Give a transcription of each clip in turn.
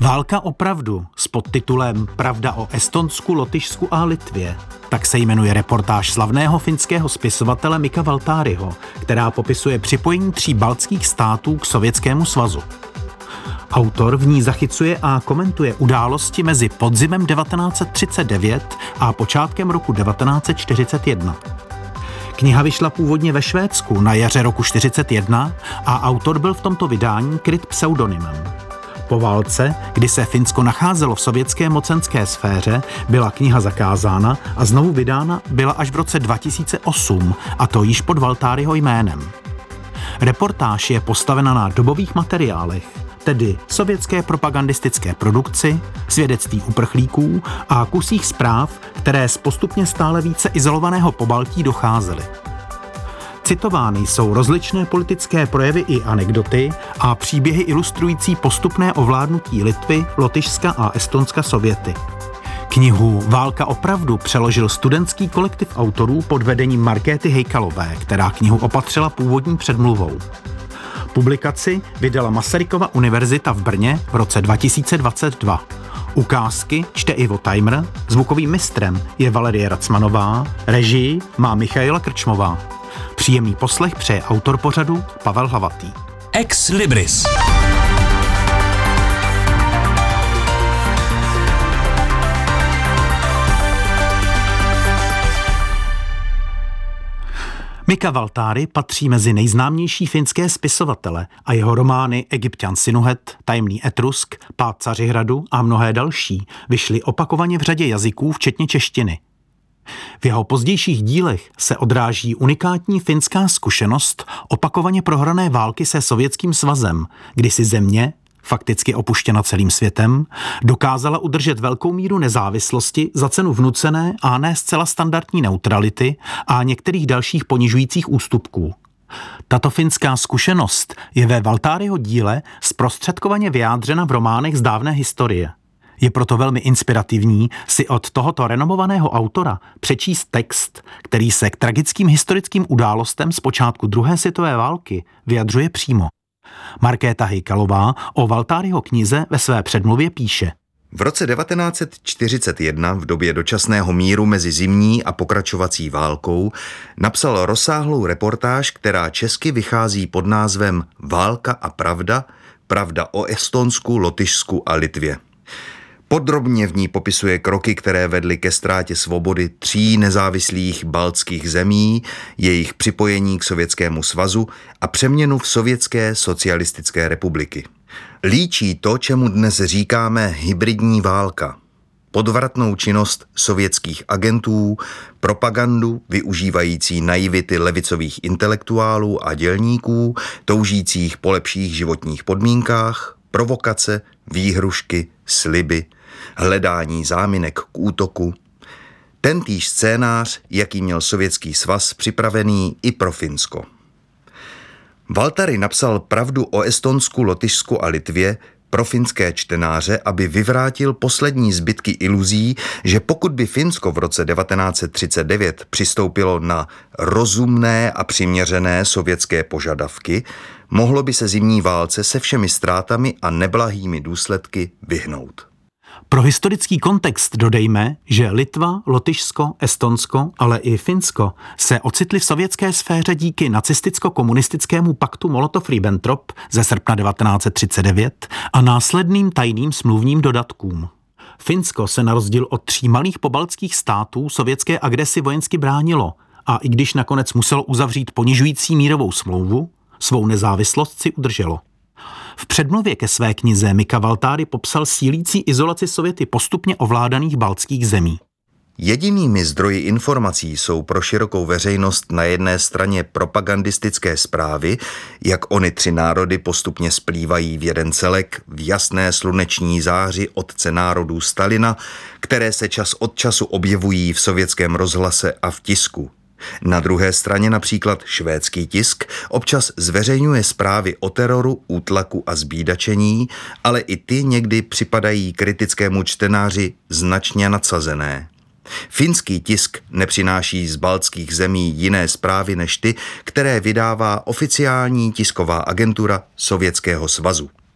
Válka opravdu s podtitulem Pravda o Estonsku, Lotyšsku a Litvě. Tak se jmenuje reportáž slavného finského spisovatele Mika Waltaryho, která popisuje připojení 3 baltských států k Sovětskému svazu. Autor v ní zachycuje a komentuje události mezi podzimem 1939 a počátkem roku 1941. Kniha vyšla původně ve Švédsku na jaře roku 1941 a autor byl v tomto vydání kryt pseudonymem. Po válce, kdy se Finsko nacházelo v sovětské mocenské sféře, byla kniha zakázána a znovu vydána byla až v roce 2008, a to již pod Waltaryho jménem. Reportáž je postavena na dobových materiálech, tedy sovětské propagandistické produkci, svědectví uprchlíků a kusích zpráv, které z postupně stále více izolovaného Pobaltí docházely. Citovány jsou rozličné politické projevy i anekdoty a příběhy ilustrující postupné ovládnutí Litvy, Lotyšska a Estonska Sověty. Knihu Válka opravdu přeložil studentský kolektiv autorů pod vedením Markéty Hejkalové, která knihu opatřila původní předmluvou. Publikaci vydala Masarykova univerzita v Brně v roce 2022. Ukázky čte Ivo Tajmr, zvukovým mistrem je Valerie Racmanová, režii má Michaela Krčmová. Příjemný poslech přeje autor pořadu Pavel Hlavatý. Ex Libris. Mika Waltary patří mezi nejznámější finské spisovatele a jeho romány Egypťan Sinuhet, Tajemný Etrusk, Pád Cařihradu a mnohé další vyšly opakovaně v řadě jazyků, včetně češtiny. V jeho pozdějších dílech se odráží unikátní finská zkušenost opakovaně prohrané války se Sovětským svazem, kdy si země, fakticky opuštěna celým světem, dokázala udržet velkou míru nezávislosti za cenu vnucené a ne zcela standardní neutrality a některých dalších ponižujících ústupků. Tato finská zkušenost je ve Waltaryho díle zprostředkovaně vyjádřena v románech z dávné historie. Je proto velmi inspirativní si od tohoto renomovaného autora přečíst text, který se k tragickým historickým událostem z počátku druhé světové války vyjadřuje přímo. Markéta Hejkalová o Waltaryho knize ve své předmluvě píše: V roce 1941, v době dočasného míru mezi zimní a pokračovací válkou, napsal rozsáhlou reportáž, která česky vychází pod názvem Válka a pravda, pravda o Estonsku, Lotyšsku a Litvě. Podrobně v ní popisuje kroky, které vedly ke ztrátě svobody 3 nezávislých baltských zemí, jejich připojení k Sovětskému svazu a přeměnu v Sovětské socialistické republiky. Líčí to, čemu dnes říkáme hybridní válka. Podvratnou činnost sovětských agentů, propagandu využívající naivity levicových intelektuálů a dělníků, toužících po lepších životních podmínkách, provokace, výhrušky, sliby, hledání záminek k útoku. Tentýž scénář, jaký měl Sovětský svaz připravený i pro Finsko. Waltary napsal Pravdu o Estonsku, Lotyšsku a Litvě pro finské čtenáře, aby vyvrátil poslední zbytky iluzí, že pokud by Finsko v roce 1939 přistoupilo na rozumné a přiměřené sovětské požadavky, mohlo by se zimní válce se všemi ztrátami a neblahými důsledky vyhnout. Pro historický kontext dodejme, že Litva, Lotyšsko, Estonsko, ale i Finsko se ocitly v sovětské sféře díky nacisticko-komunistickému paktu Molotov-Ribbentrop ze srpna 1939 a následným tajným smluvním dodatkům. Finsko se na rozdíl od 3 malých pobaltských států sovětské agresi vojensky bránilo a i když nakonec muselo uzavřít ponižující mírovou smlouvu, svou nezávislost si udrželo. V předmluvě ke své knize Mika Waltary popsal sílící izolaci Sověty postupně ovládaných baltských zemí. Jedinými zdroji informací jsou pro širokou veřejnost na jedné straně propagandistické zprávy, jak ony 3 národy postupně splývají v jeden celek v jasné sluneční záři otce národů Stalina, které se čas od času objevují v sovětském rozhlase a v tisku. Na druhé straně například švédský tisk občas zveřejňuje zprávy o teroru, útlaku a zbídačení, ale i ty někdy připadají kritickému čtenáři značně nadsazené. Finský tisk nepřináší z baltských zemí jiné zprávy než ty, které vydává oficiální tisková agentura Sovětského svazu.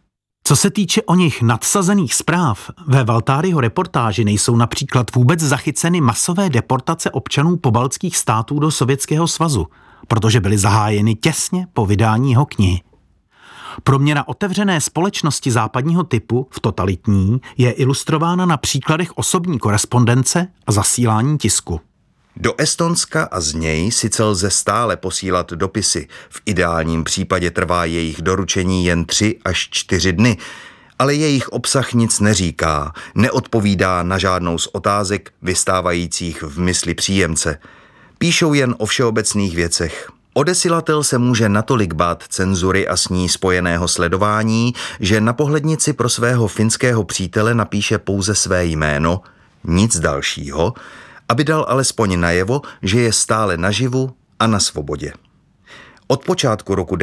Co se týče o nich nadsazených zpráv, ve Valtáryho reportáži nejsou například vůbec zachyceny masové deportace občanů pobaltských států do Sovětského svazu, protože byly zahájeny těsně po vydání jeho knihy. Proměna otevřené společnosti západního typu v totalitní je ilustrována na příkladech osobní korespondence a zasílání tisku. Do Estonska a z něj sice lze stále posílat dopisy, v ideálním případě trvá jejich doručení jen 3 až 4 dny, ale jejich obsah nic neříká, neodpovídá na žádnou z otázek vystávajících v mysli příjemce. Píšou jen o všeobecných věcech. Odesilatel se může natolik bát cenzury a s ní spojeného sledování, že na pohlednici pro svého finského přítele napíše pouze své jméno, nic dalšího, aby dal alespoň najevo, že je stále naživu a na svobodě. Od počátku roku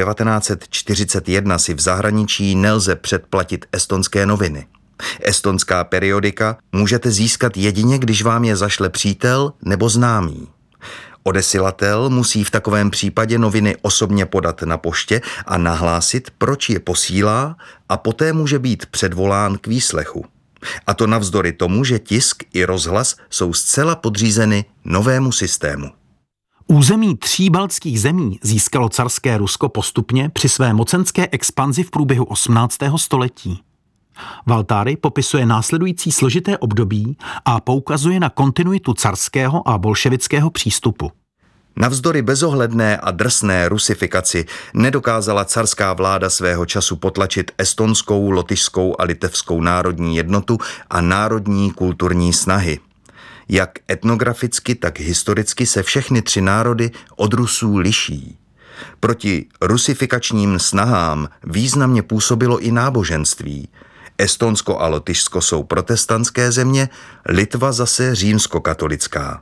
1941 si v zahraničí nelze předplatit estonské noviny. Estonská periodika můžete získat jedině, když vám je zašle přítel nebo známý. Odesilatel musí v takovém případě noviny osobně podat na poště a nahlásit, proč je posílá, a poté může být předvolán k výslechu. A to navzdory tomu, že tisk i rozhlas jsou zcela podřízeny novému systému. Území 3 baltských zemí získalo carské Rusko postupně při své mocenské expanzi v průběhu 18. století. Valtáry popisuje následující složité období a poukazuje na kontinuitu carského a bolševického přístupu. Navzdory bezohledné a drsné rusifikaci nedokázala carská vláda svého času potlačit estonskou, lotyšskou a litevskou národní jednotu a národní kulturní snahy. Jak etnograficky, tak historicky se všechny 3 národy od Rusů liší. Proti rusifikačním snahám významně působilo i náboženství. Estonsko a Lotyšsko jsou protestantské země, Litva zase římskokatolická.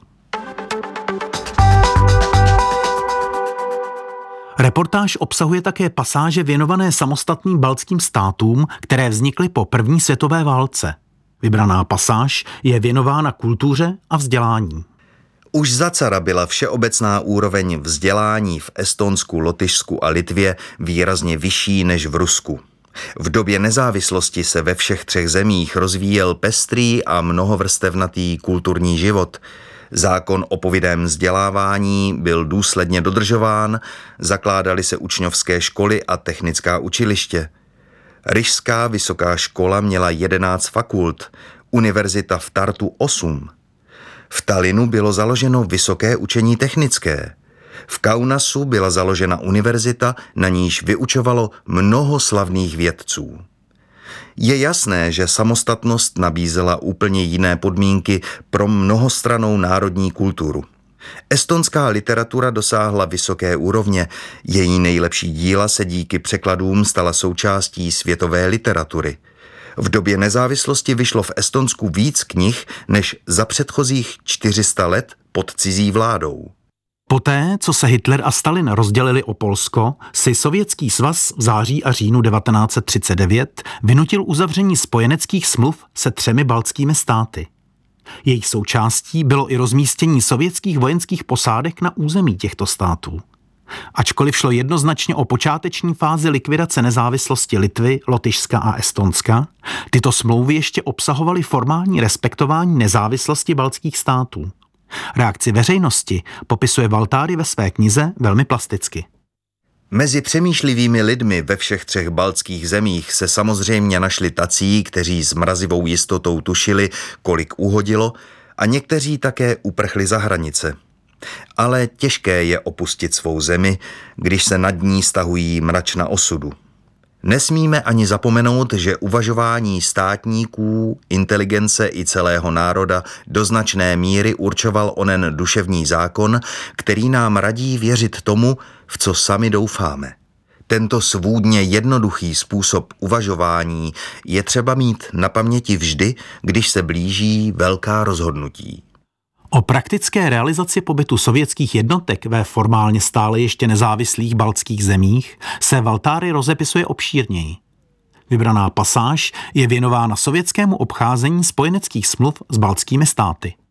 Reportáž obsahuje také pasáže věnované samostatným baltským státům, které vznikly po první světové válce. Vybraná pasáž je věnována kultuře a vzdělání. Už za cara byla všeobecná úroveň vzdělání v Estonsku, Lotyšsku a Litvě výrazně vyšší než v Rusku. V době nezávislosti se ve všech 3 zemích rozvíjel pestrý a mnohovrstevnatý kulturní život. Zákon o povinném vzdělávání byl důsledně dodržován, zakládaly se učňovské školy a technická učiliště. Rižská vysoká škola měla 11 fakult, univerzita v Tartu 8. V Tallinnu bylo založeno vysoké učení technické. V Kaunasu byla založena univerzita, na níž vyučovalo mnoho slavných vědců. Je jasné, že samostatnost nabízela úplně jiné podmínky pro mnohostrannou národní kulturu. Estonská literatura dosáhla vysoké úrovně, její nejlepší díla se díky překladům stala součástí světové literatury. V době nezávislosti vyšlo v Estonsku víc knih než za předchozích 400 let pod cizí vládou. Poté, co se Hitler a Stalin rozdělili o Polsko, si Sovětský svaz v září a říjnu 1939 vynutil uzavření spojeneckých smluv se 3 baltskými státy. Jejich součástí bylo i rozmístění sovětských vojenských posádek na území těchto států. Ačkoliv šlo jednoznačně o počáteční fázi likvidace nezávislosti Litvy, Lotyšska a Estonska, tyto smlouvy ještě obsahovaly formální respektování nezávislosti baltských států. Reakci veřejnosti popisuje Valtáry ve své knize velmi plasticky. Mezi přemýšlivými lidmi ve všech 3 baltských zemích se samozřejmě našli tací, kteří s mrazivou jistotou tušili, kolik uhodilo, a někteří také uprchli za hranice. Ale těžké je opustit svou zemi, když se nad ní stahují mračna osudu. Nesmíme ani zapomenout, že uvažování státníků, inteligence i celého národa do značné míry určoval onen duševní zákon, který nám radí věřit tomu, v co sami doufáme. Tento svůdně jednoduchý způsob uvažování je třeba mít na paměti vždy, když se blíží velká rozhodnutí. O praktické realizaci pobytu sovětských jednotek ve formálně stále ještě nezávislých baltských zemích se Valtáry rozepisuje obšírněji. Vybraná pasáž je věnována sovětskému obcházení spojeneckých smluv s baltskými státy.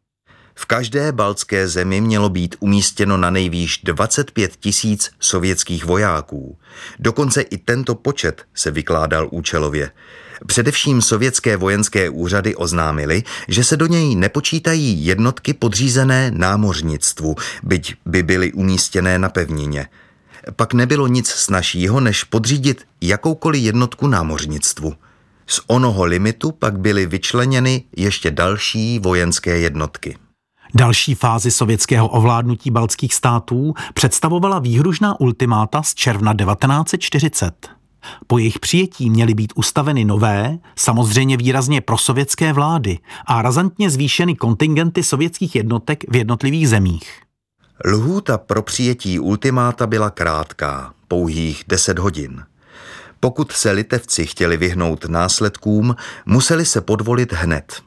V každé baltské zemi mělo být umístěno na nejvýš 25 000 sovětských vojáků. Dokonce i tento počet se vykládal účelově. Především sovětské vojenské úřady oznámily, že se do něj nepočítají jednotky podřízené námořnictvu, byť by byly umístěné na pevnině. Pak nebylo nic snazšího, než podřídit jakoukoliv jednotku námořnictvu. Z onoho limitu pak byly vyčleněny ještě další vojenské jednotky. Další fázi sovětského ovládnutí baltských států představovala výhružná ultimáta z června 1940. Po jejich přijetí měly být ustaveny nové, samozřejmě výrazně prosovětské vlády a razantně zvýšeny kontingenty sovětských jednotek v jednotlivých zemích. Lhůta pro přijetí ultimáta byla krátká, pouhých 10 hodin. Pokud se Litevci chtěli vyhnout následkům, museli se podvolit hned.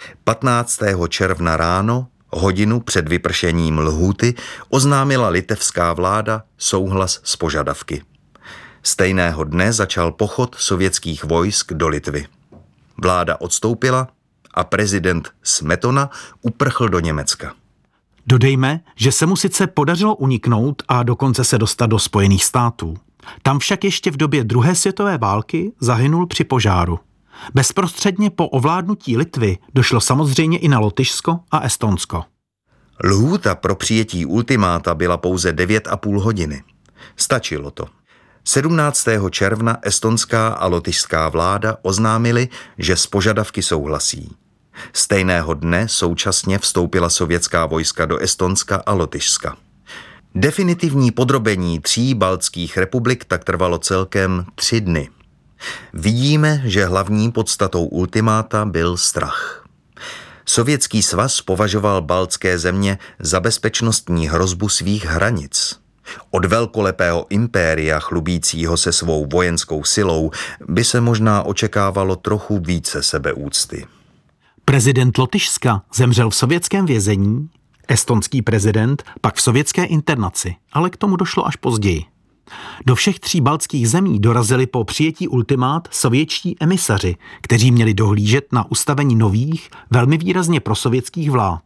15. června ráno, hodinu před vypršením lhůty, oznámila litevská vláda souhlas s požadavky. Stejného dne začal pochod sovětských vojsk do Litvy. Vláda odstoupila a prezident Smetona uprchl do Německa. Dodejme, že se mu sice podařilo uniknout a dokonce se dostat do Spojených států. Tam však ještě v době druhé světové války zahynul při požáru. Bezprostředně po ovládnutí Litvy došlo samozřejmě i na Lotyšsko a Estonsko. Lhůta pro přijetí ultimáta byla pouze 9,5 hodiny. Stačilo to. 17. června estonská a lotyšská vláda oznámily, že s požadavky souhlasí. Stejného dne současně vstoupila sovětská vojska do Estonska a Lotyšska. Definitivní podrobení 3 baltských republik tak trvalo celkem 3 dny. Vidíme, že hlavní podstatou ultimáta byl strach. Sovětský svaz považoval baltské země za bezpečnostní hrozbu svých hranic. Od velkolepého impéria chlubícího se svou vojenskou silou by se možná očekávalo trochu více sebeúcty. Prezident Lotyšska zemřel v sovětském vězení, estonský prezident pak v sovětské internaci, ale k tomu došlo až později. Do všech 3 baltských zemí dorazili po přijetí ultimát sovětští emisaři, kteří měli dohlížet na ustavení nových, velmi výrazně prosovětských vlád.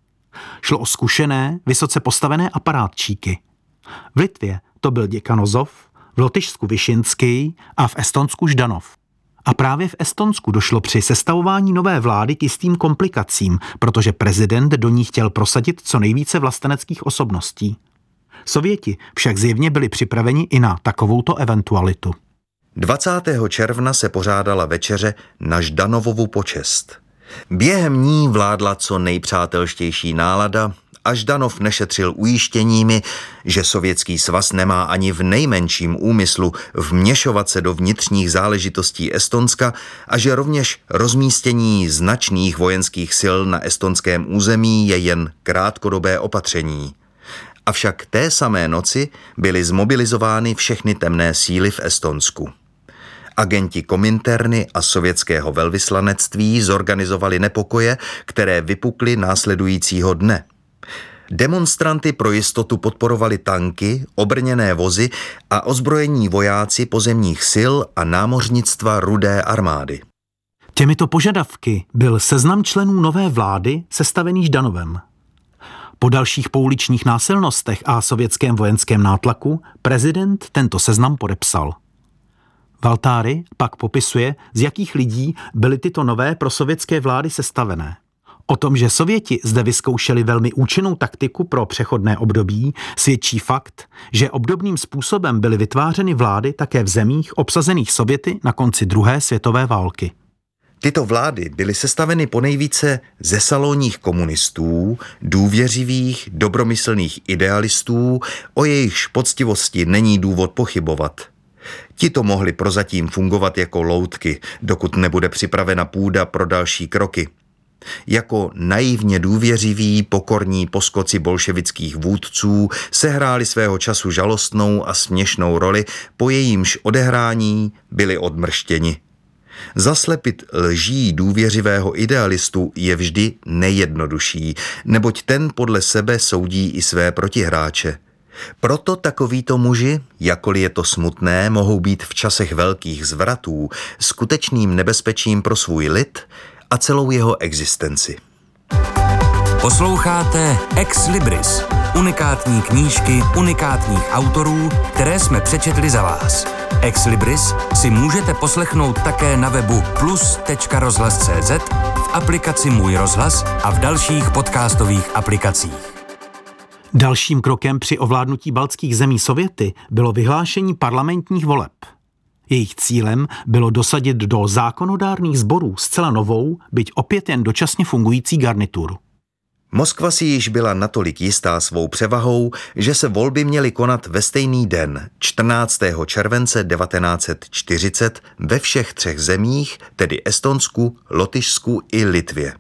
Šlo o zkušené, vysoce postavené aparátčíky. V Litvě to byl Děkanozov, v Lotyšsku Višinský a v Estonsku Ždanov. A právě v Estonsku došlo při sestavování nové vlády k jistým komplikacím, protože prezident do ní chtěl prosadit co nejvíce vlasteneckých osobností. Sověti však zjevně byli připraveni i na takovouto eventualitu. 20. června se pořádala večeře na Ždanovovu počest. Během ní vládla co nejpřátelštější nálada a Ždanov nešetřil ujištěními, že Sovětský svaz nemá ani v nejmenším úmyslu vměšovat se do vnitřních záležitostí Estonska a že rovněž rozmístění značných vojenských sil na estonském území je jen krátkodobé opatření. Avšak té samé noci byly zmobilizovány všechny temné síly v Estonsku. Agenti Kominterny a sovětského velvyslanectví zorganizovali nepokoje, které vypukly následujícího dne. Demonstranty pro jistotu podporovali tanky, obrněné vozy a ozbrojení vojáci pozemních sil a námořnictva Rudé armády. Těmito požadavky byl seznam členů nové vlády sestavený Ždanovem. Po dalších pouličních násilnostech a sovětském vojenském nátlaku prezident tento seznam podepsal. Valtáry pak popisuje, z jakých lidí byly tyto nové prosovětské vlády sestavené. O tom, že Sověti zde vyzkoušeli velmi účinnou taktiku pro přechodné období, svědčí fakt, že obdobným způsobem byly vytvářeny vlády také v zemích obsazených Sověty na konci druhé světové války. Tyto vlády byly sestaveny ponejvíce ze salonních komunistů, důvěřivých, dobromyslných idealistů, o jejichž poctivosti není důvod pochybovat. Tito mohli prozatím fungovat jako loutky, dokud nebude připravena půda pro další kroky. Jako naivně důvěřiví, pokorní poskoci bolševických vůdců sehráli svého času žalostnou a směšnou roli, po jejímž odehrání byli odmrštěni. Zaslepit lží důvěřivého idealistu je vždy nejjednodušší, neboť ten podle sebe soudí i své protihráče. Proto takovýto muži, jakkoliv je to smutné, mohou být v časech velkých zvratů skutečným nebezpečím pro svůj lid a celou jeho existenci. Posloucháte Ex Libris, unikátní knížky unikátních autorů, které jsme přečetli za vás. Ex Libris si můžete poslechnout také na webu plus.rozhlas.cz, v aplikaci Můj rozhlas a v dalších podcastových aplikacích. Dalším krokem při ovládnutí baltských zemí Sověty bylo vyhlášení parlamentních voleb. Jejich cílem bylo dosadit do zákonodárných sborů zcela novou, byť opět jen dočasně fungující garnituru. Moskva si již byla natolik jistá svou převahou, že se volby měly konat ve stejný den, 14. července 1940, ve všech 3 zemích, tedy Estonsku, Lotyšsku i Litvě.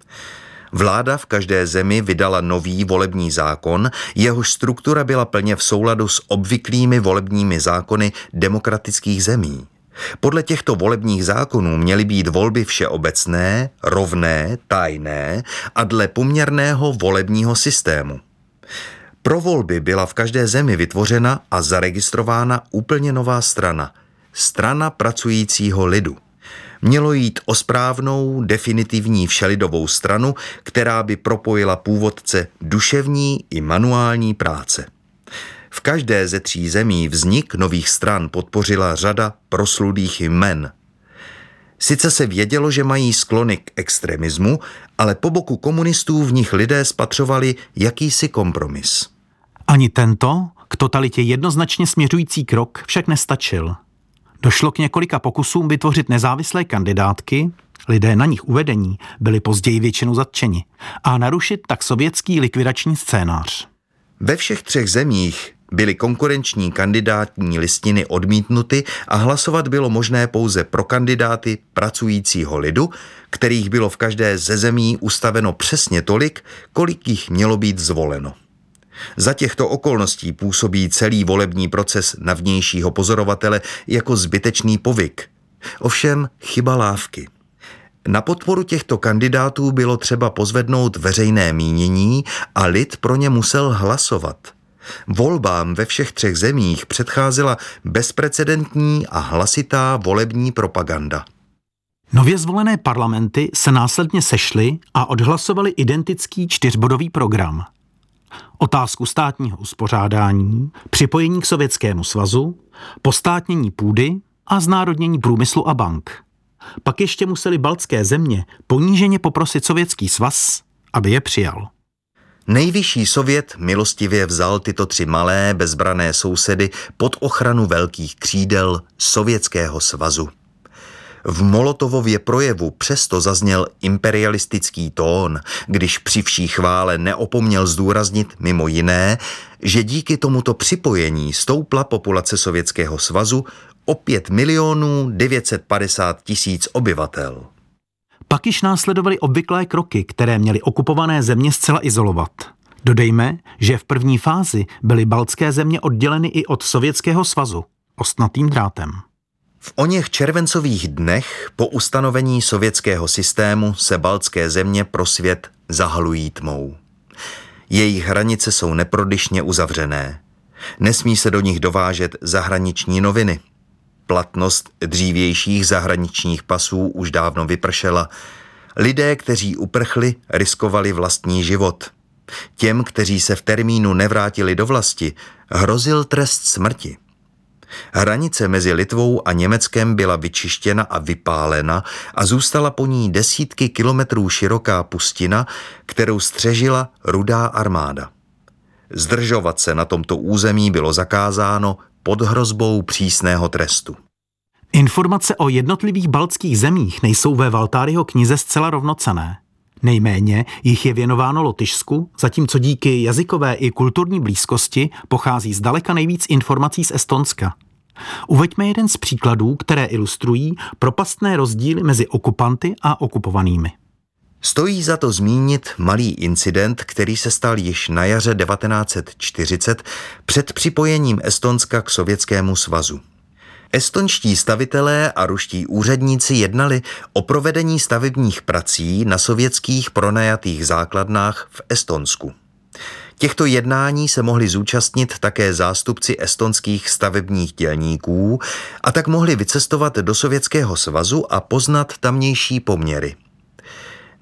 Vláda v každé zemi vydala nový volební zákon, jehož struktura byla plně v souladu s obvyklými volebními zákony demokratických zemí. Podle těchto volebních zákonů měly být volby všeobecné, rovné, tajné a dle poměrného volebního systému. Pro volby byla v každé zemi vytvořena a zaregistrována úplně nová strana – Strana pracujícího lidu. Mělo jít o správnou, definitivní všelidovou stranu, která by propojila původce duševní i manuální práce. V každé ze 3 zemí vznik nových stran podpořila řada proslulých jmen. Sice se vědělo, že mají sklony k extremismu, ale po boku komunistů v nich lidé spatřovali jakýsi kompromis. Ani tento, k totalitě jednoznačně směřující krok, však nestačil. Došlo k několika pokusům vytvořit nezávislé kandidátky, lidé na nich uvedení byli později většinou zatčeni, a narušit tak sovětský likvidační scénář. Ve všech 3 zemích byly konkurenční kandidátní listiny odmítnuty a hlasovat bylo možné pouze pro kandidáty pracujícího lidu, kterých bylo v každé ze zemí ustaveno přesně tolik, kolik jich mělo být zvoleno. Za těchto okolností působí celý volební proces na vnějšího pozorovatele jako zbytečný povyk. Ovšem chyba lávky. Na podporu těchto kandidátů bylo třeba pozvednout veřejné mínění a lid pro ně musel hlasovat. Volbám ve všech 3 zemích předcházela bezprecedentní a hlasitá volební propaganda. Nově zvolené parlamenty se následně sešly a odhlasovali identický 4bodový program. Otázku státního uspořádání, připojení k Sovětskému svazu, postátnění půdy a znárodnění průmyslu a bank. Pak ještě museli baltské země poníženě poprosit Sovětský svaz, aby je přijal. Nejvyšší sovět milostivě vzal tyto 3 malé bezbrané sousedy pod ochranu velkých křídel Sovětského svazu. V Molotovově projevu přesto zazněl imperialistický tón, když při vší chvále neopomněl zdůraznit mimo jiné, že díky tomuto připojení stoupla populace Sovětského svazu o 5 950 000 obyvatel. Pak již následovaly obvyklé kroky, které měly okupované země zcela izolovat. Dodejme, že v první fázi byly baltské země odděleny i od Sovětského svazu ostnatým drátem. V oněch červencových dnech po ustanovení sovětského systému se baltské země pro svět zahalují tmou. Jejich hranice jsou neprodyšně uzavřené. Nesmí se do nich dovážet zahraniční noviny. Platnost dřívějších zahraničních pasů už dávno vypršela. Lidé, kteří uprchli, riskovali vlastní život. Těm, kteří se v termínu nevrátili do vlasti, hrozil trest smrti. Hranice mezi Litvou a Německem byla vyčištěna a vypálena a zůstala po ní desítky kilometrů široká pustina, kterou střežila Rudá armáda. Zdržovat se na tomto území bylo zakázáno pod hrozbou přísného trestu. Informace o jednotlivých baltských zemích nejsou ve Valtáryho knize zcela rovnocenné. Nejméně jich je věnováno Lotyšsku, zatímco díky jazykové i kulturní blízkosti pochází zdaleka nejvíc informací z Estonska. Uveďme jeden z příkladů, které ilustrují propastné rozdíly mezi okupanty a okupovanými. Stojí za to zmínit malý incident, který se stal již na jaře 1940 před připojením Estonska k Sovětskému svazu. Estonští stavitelé a ruští úředníci jednali o provedení stavebních prací na sovětských pronajatých základnách v Estonsku. Těchto jednání se mohli zúčastnit také zástupci estonských stavebních dělníků a tak mohli vycestovat do Sovětského svazu a poznat tamnější poměry.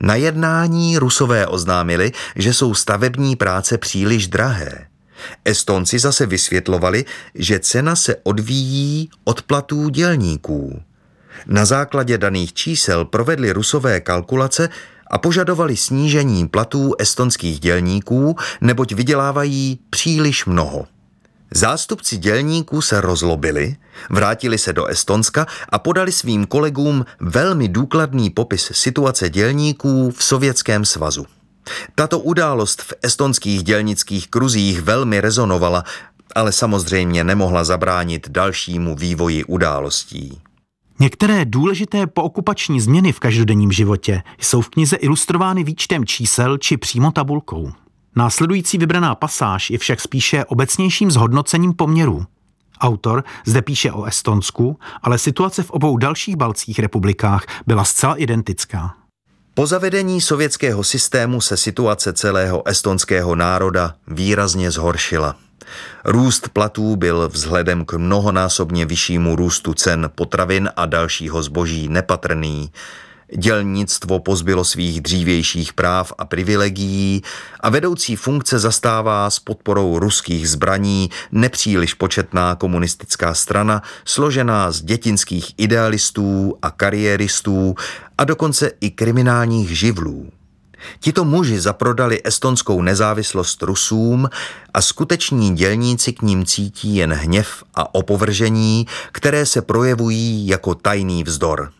Na jednání Rusové oznámili, že jsou stavební práce příliš drahé. Estonci zase vysvětlovali, že cena se odvíjí od platů dělníků. Na základě daných čísel provedli Rusové kalkulace a požadovali snížení platů estonských dělníků, neboť vydělávají příliš mnoho. Zástupci dělníků se rozlobili, vrátili se do Estonska a podali svým kolegům velmi důkladný popis situace dělníků v Sovětském svazu. Tato událost v estonských dělnických kruzích velmi rezonovala, ale samozřejmě nemohla zabránit dalšímu vývoji událostí. Některé důležité pookupační změny v každodenním životě jsou v knize ilustrovány výčtem čísel či přímo tabulkou. Následující vybraná pasáž je však spíše obecnějším zhodnocením poměrů. Autor zde píše o Estonsku, ale situace v obou dalších baltských republikách byla zcela identická. Po zavedení sovětského systému se situace celého estonského národa výrazně zhoršila. Růst platů byl vzhledem k mnohonásobně vyššímu růstu cen potravin a dalšího zboží nepatrný. Dělnictvo pozbylo svých dřívějších práv a privilegií a vedoucí funkce zastává s podporou ruských zbraní nepříliš početná komunistická strana, složená z dětinských idealistů a kariéristů a dokonce i kriminálních živlů. Tito muži zaprodali estonskou nezávislost Rusům a skuteční dělníci k ním cítí jen hněv a opovržení, které se projevují jako tajný vzdor.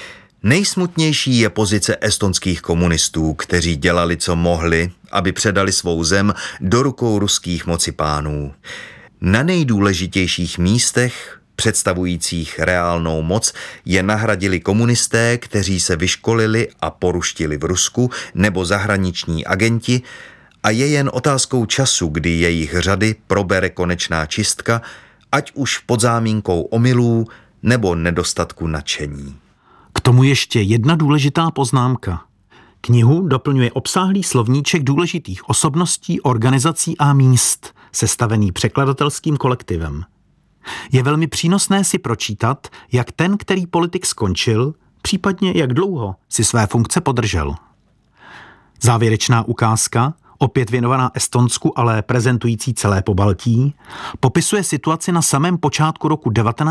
Nejsmutnější je pozice estonských komunistů, kteří dělali, co mohli, aby předali svou zem do rukou ruských mocipánů. Na nejdůležitějších místech, představujících reálnou moc, je nahradili komunisté, kteří se vyškolili a poruštili v Rusku, nebo zahraniční agenti, a je jen otázkou času, kdy jejich řady probere konečná čistka, ať už pod záminkou omylů nebo nedostatku nadšení. K tomu ještě jedna důležitá poznámka. Knihu doplňuje obsáhlý slovníček důležitých osobností, organizací a míst, sestavený překladatelským kolektivem. Je velmi přínosné si pročítat, jak ten, který politik skončil, případně jak dlouho si své funkce podržel. Závěrečná ukázka, opět věnovaná Estonsku, ale prezentující celé Pobaltí, popisuje situaci na samém počátku roku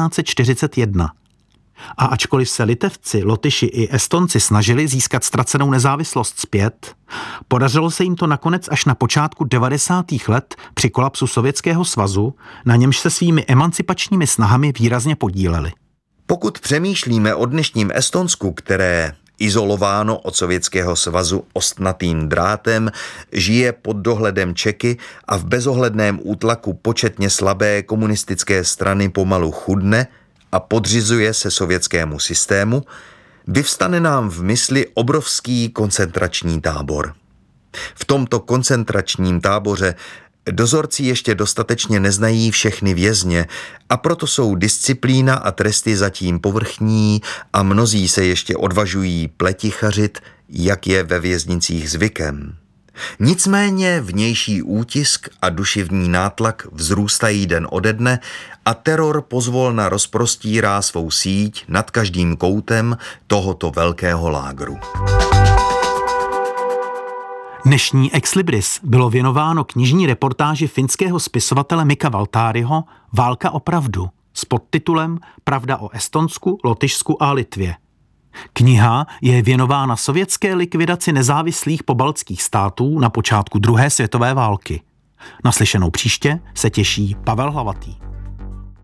1941. A ačkoliv se Litevci, Lotyši i Estonci snažili získat ztracenou nezávislost zpět, podařilo se jim to nakonec až na počátku 90. let při kolapsu Sovětského svazu, na němž se svými emancipačními snahami výrazně podíleli. Pokud přemýšlíme o dnešním Estonsku, které izolováno od Sovětského svazu ostnatým drátem, žije pod dohledem Čeky a v bezohledném útlaku početně slabé komunistické strany pomalu chudne a podřizuje se sovětskému systému, vyvstane nám v mysli obrovský koncentrační tábor. V tomto koncentračním táboře dozorci ještě dostatečně neznají všechny vězně a proto jsou disciplína a tresty zatím povrchní a mnozí se ještě odvažují pletichařit, jak je ve věznicích zvykem. Nicméně vnější útisk a duševní nátlak vzrůstají den ode dne a teror pozvolna rozprostírá svou síť nad každým koutem tohoto velkého lágru. Dnešní Ex Libris bylo věnováno knižní reportáži finského spisovatele Mika Valtáryho Válka opravdu s podtitulem Pravda o Estonsku, Lotyšsku a Litvě. Kniha je věnována sovětské likvidaci nezávislých pobaltských států na počátku druhé světové války. Naslyšenou příště se těší Pavel Hlavatý.